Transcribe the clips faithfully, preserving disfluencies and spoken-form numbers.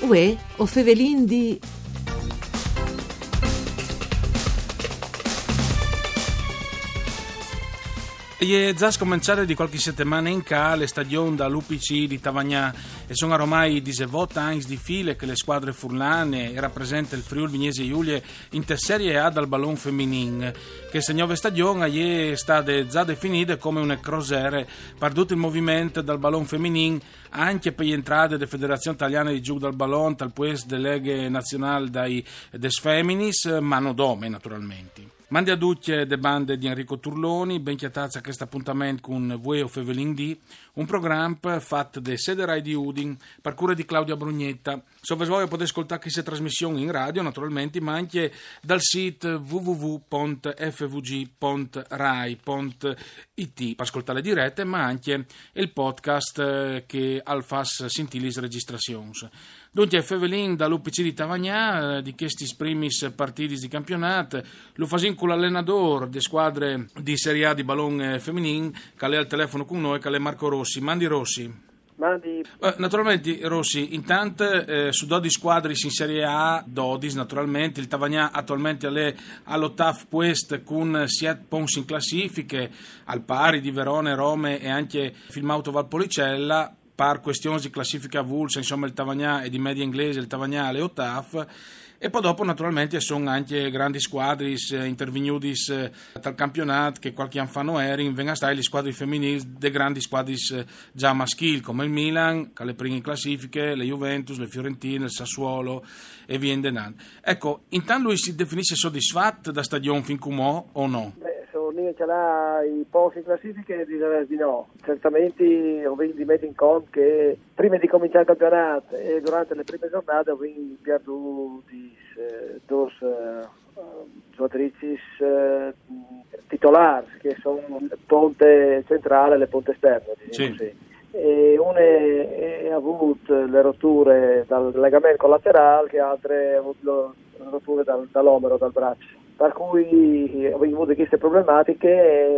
Uè, o Fevelin di... E già scominciare di qualche settimana in ca le stagioni dall'U P C di Tavagnà e sono ormai diciotto anni di file che le squadre furlane rappresenta il Friuli Vignese Giulie in te Serie A dal ballon femminile che questa nuova stagione è stata già definita come una crociere per tutto il movimento dal ballon femminile anche per le entrate della Federazione Italiana di Giù dal Ballon tal pues delle leghe nazionali dai des Feminis ma non dome naturalmente. Mandi a tutti le bande di Enrico Turloni, ben chiatazza a questo appuntamento con Vue o Fevelin D, un programma fatto da sede Rai di Udin, per cura di Claudia Brugnetta. Se voi potete ascoltare questa trasmissione in radio, naturalmente, ma anche dal sito w w w punto f v g punto rai punto i t per ascoltare le dirette, ma anche il podcast che Alfas Sintilis Registrations. Dunque, Fevelin dall'U P C di Tavagnà, di questi primis partiti di campionato, lo fasin con l'allenatore delle squadre di Serie A di ballon femminile, che è al telefono con noi, che è Marco Rossi. Mandi Rossi. Mandi. Eh, naturalmente Rossi, intanto eh, su dodici squadre in Serie A, dodici naturalmente, il Tavagnà attualmente è all'ottavo posto con sette punti in classifiche, al pari di Verona, Rome e anche Filmauto Valpolicella. Per questioni di classifica avulsa, insomma il Tavagnà è di media inglese, il Tavagnà alle ottave e poi dopo naturalmente sono anche grandi squadre intervenuti dal campionato che qualche anno fa non erano, vengono a stare le squadre femminili delle grandi squadre già maschili come il Milan, che le prime in classifiche, le Juventus, le Fiorentine, il Sassuolo e via in denaro. Ecco, intanto lui si definisce soddisfatto da stagione fin come o no? Lì ce l'ha i posti in classifiche direi di no. Certamente ho vinto di mettere in conto che prima di cominciare il campionato e durante le prime giornate ho vinto perduto eh, due eh, giocatrici eh, titolari che sono il ponte centrale e le ponte esterne, diciamo sì. Così. E una ha avuto le rotture dal legamento collaterale che altre ha avuto le rotture dal, dall'omero, dal braccio. Per cui ho avuto queste problematiche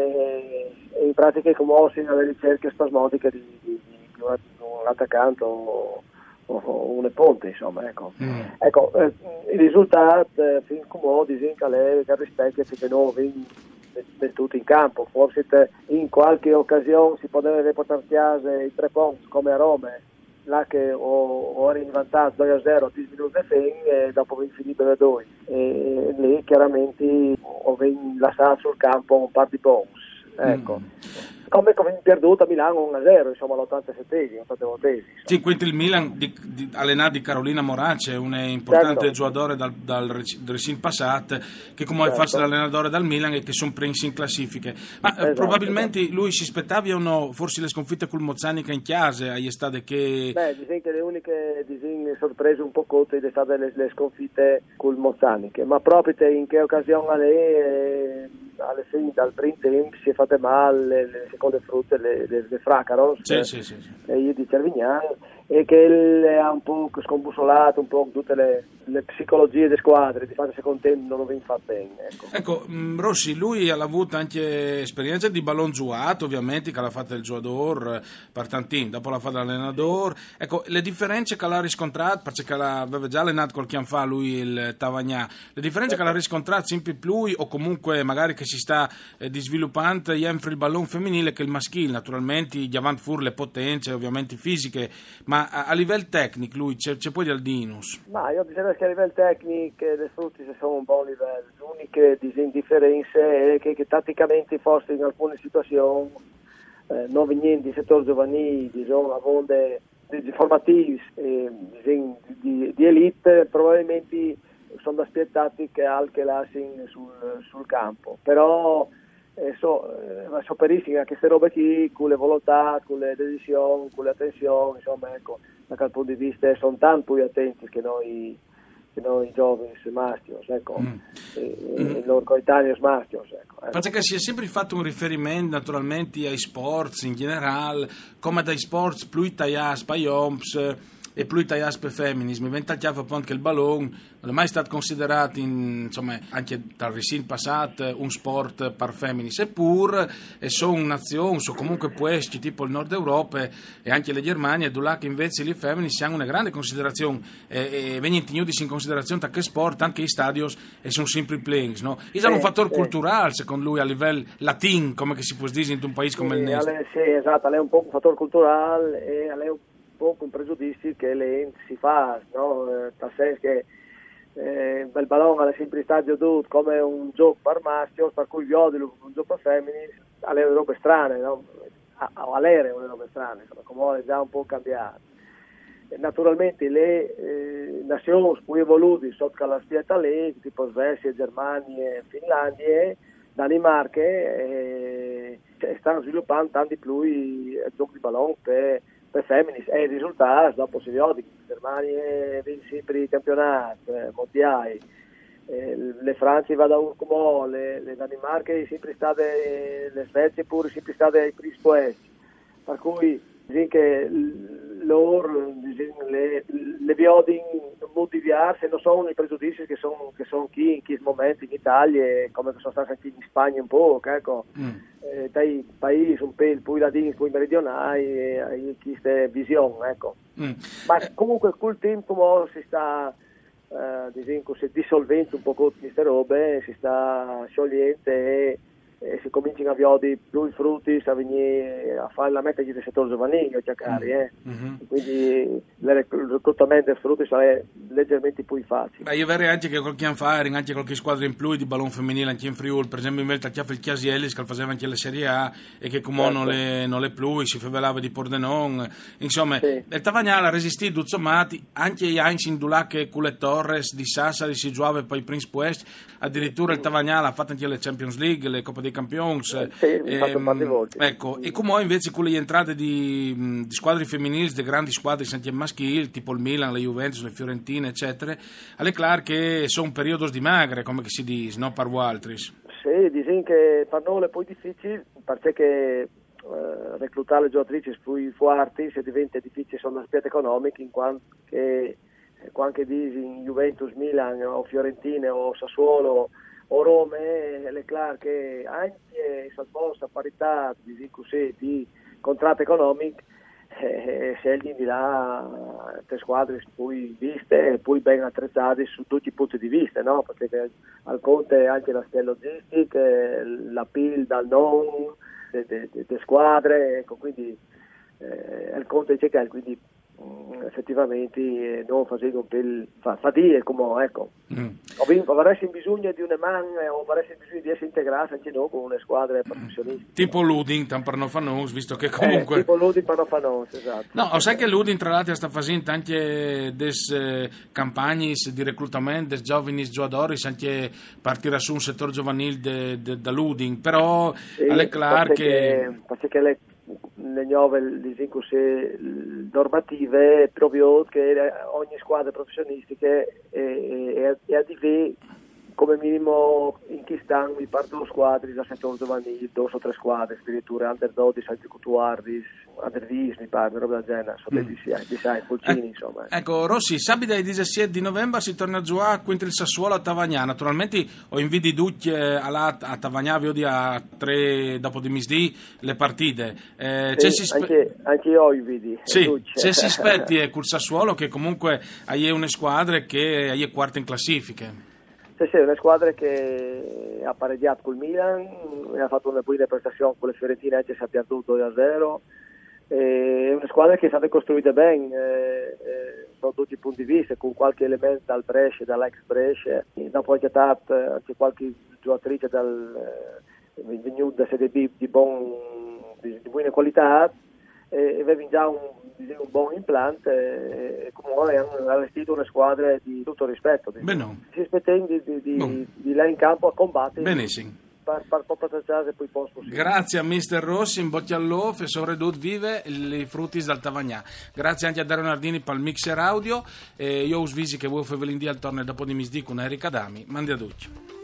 e, e in pratica come ho alle ricerche spasmodiche di, di, di un, un attaccante o, o un ponte, insomma, ecco. Mm. Ecco, eh, il risultato eh, fin come ho disinca che rispecchia che non del tutto in campo, forse te, in qualche occasione si poteva riportare a casa i tre punti come a Roma, là che ho, ho in vantaggio due a zero a dieci minuti e dopo ho finito le due e lì chiaramente ho lasciato sul campo un par di punti, ecco. Mm. Come ho perduto a Milano uno a zero, insomma all'ottantasettesimo, ottantanovesimo. Sì, quindi il Milan di, di, allenato di Carolina Morace, un importante certo. giocatore dal, dal recinto passato, che come certo. fatto l'allenatore dal Milan e che sono presi in classifiche. Ma esatto, probabilmente esatto. lui si aspettava o no, forse le sconfitte col Mozzanica in chiesa, agli state che... Beh, diciamo che le uniche diciamo, sorprese un po' cotte sono state le, le sconfitte col Mozzanica, ma proprio in che occasione le... alle fine dal primo tempo si è fatte male le, le seconde frutte, le, le, le fracaros sì, sì, sì, sì. e io di Cervignano e che le ha un po' scombussolato un po' tutte le, le psicologie delle squadre, di fatto secondo tempo non lo viene fatto bene, ecco. Ecco, mh, Rossi, lui ha avuto anche esperienza di ballon giocato, ovviamente, che l'ha fatta il giocatore per tanti, dopo l'ha fatta l'allenatore. Ecco, le differenze che l'ha riscontrato, perché aveva già allenato qualche anno fa lui il Tavagnà, le differenze che l'ha riscontrato sempre più o comunque magari che si sta eh, sviluppando sempre il ballon femminile che il maschile, naturalmente gli avanti fur le potenze ovviamente fisiche, ma a, a livello tecnico lui c'è, c'è poi di Aldinus? Ma io dicevo che a livello tecnico le frutti sono un buon livello, l'unica differenza è che, che tatticamente forse in alcune situazioni eh, non venendo di settore giovanile, diciamo, a volte di formativi eh, di, di, di elite probabilmente sono aspettati che anche lasciano sul, sul campo, però eh, so, eh, so peristica che queste robe qui con le volontà, con le decisioni, con le attenzioni, insomma, ecco, da quel punto di vista sono tanto più attenti che noi che noi giovani maschi, ecco, mm. e, mm. e i loro coetanei maschi, ecco. Penso che sia sempre fatto un riferimento naturalmente ai sport in generale, come dai sport più italiani, spagnols, e più italiani per femminis. Mi venta chiaro appunto che il ballon non è mai stato considerato in, insomma, anche dal recente passato un sport per femminis, eppure e sono nazioni, sono comunque paesi tipo il Nord Europa e anche le Germania, dove che invece le femminis hanno una grande considerazione e, e vengono tenuti in considerazione da che sport anche i stadios e sono sempre playing, no? È un fattore culturale secondo lui a livello latino, come che si può dire in un paese come sì, il nostro. Sì, esatto, è un po' un fattore culturale e è un po' un pregiudizio che le si fa, no? Nel senso che eh, il ballone è sempre stato tutto come un gioco per maschio, per cui Viodilo un gioco per femmine, alle robe strane, no? A, a valere le robe strane, come è già un po' cambiato. E naturalmente le eh, nazioni più evolute sotto la spietta lì, tipo Svezia, Germania, Finlandia, Danimarca, eh, stanno sviluppando tanti più i giochi di ballone per per femminis e il risultato dopo si vede che Germania vince sempre i campionati eh, mondiali, eh, le Francia va da un come le, le Danimarche sempre state, le Svezia pure sempre state ai primi posti, per cui diciamo che loro le, le viodi molti diverse non sono i pregiudizi che sono che sono qui in questo momento in Italia come sono stati anche in Spagna un po', ecco. Mm. Eh, dai paesi un po' più latini, più meridionali e questa visione, ecco. Mm. Ma comunque col tempo si sta eh, diciamo, si dissolvendo un po' con queste robe, si sta sciogliendo e e si cominciano a vedere più i frutti a venire a fare la meta del settore giovanile a cercare, eh. Mm-hmm. Quindi il reclutamento dei frutti sarà leggermente più facile. Beh, io vorrei anche che qualche anno fa anche qualche squadra in più di ballone femminile anche in Friuli, per esempio in Velta Chiaffa il Chiasiellis che faceva anche la Serie A e che come certo. non le non le più si favelava di Pordenon, insomma sì. Il Tavagnale ha resistito insomma anche gli anni in Dulac con le Torres di Sassari si giocava poi Prince Puest, addirittura il Tavagnale ha fatto anche le Champions League, le Coppe dei Campions, eh, sì, ehm, volte. Ecco, e come invece con le entrate di, di squadre femminili, di grandi squadre anche maschili, tipo il Milan, la Juventus, le Fiorentine, eccetera, alle clar che sono periodi di magre, come si dice, no, per Waltris. Sì, dicono che per noi è poi difficile, perché eh, reclutare le giocatrici più forti se diventa difficile sono aspetti economici, in quanto che quando dici in Juventus, Milan o Fiorentine o Sassuolo o Roma, è chiaro che anche se posta parità di, così, di contratto economico eh, scegli di là tre squadre poi viste e poi ben attrezzate su tutti i punti di vista, no? Perché al conte anche la stella logistica, la P I L dal non delle squadre, ecco, quindi eh, al conte c'è che quindi effettivamente eh, non facevo per fa, fatica come ecco mm. avresti bisogno di una mano o avresti bisogno di essere integrato anche noi con le squadre professionistiche tipo Luding per non fannos visto che comunque eh, tipo Luding per non fannos esatto no o sai che Luding tra l'altro sta facendo anche des eh, campagne di reclutamento des giovani giocatori anche partire su un settore giovanile de, de, da Luding però sì, alle clar che perché le le nuove normative proprio che ogni squadra professionistica è, è a dire come minimo in chi stanno mi partono squadre da settore giovanile, due o tre squadre addirittura under dodici, anche Cotuardis, under dieci mi pare, roba del genere, sono mm. di sai, Pulcini, eh, insomma. Ecco, Rossi, sabato il diciassette di novembre si torna a giocare contro il Sassuolo a Tavagnà, naturalmente ho invidi tutti a Tavagnà, vi a tre dopo di misdì le partite. Eh, sì, si spe- anche, anche io ho invidi. Sì, se si aspetti è col Sassuolo che comunque hai una squadra che è quarta in classifiche. Sì, sì, una squadra che ha pareggiato col Milan, ha fatto una buona prestazione con le Fiorentine anche se ha perduto due a zero. È una squadra che è stata costruita bene eh, eh, da tutti i punti di vista, con qualche elemento dal Brescia, dall'ex Brescia, dopo anche anche qualche giocatrice dal eh, venuta da Serie B di, buon, di, di buona qualità e aveva già un, un buon implante e comunque hanno allestito una squadra di tutto rispetto. Benno. Si aspettano di, di, di, di là in campo a combattere. Benissimo. Per, per, per poi posto grazie a mister Rossi, in bocca al lupo, e soprattutto vive i frutti dal Tavagnà. Grazie anche a Dario Nardini per il mixer audio e io us visi che voi fevelindì al torneo dopo di misdì con Erika Dami. Mandi a tutti.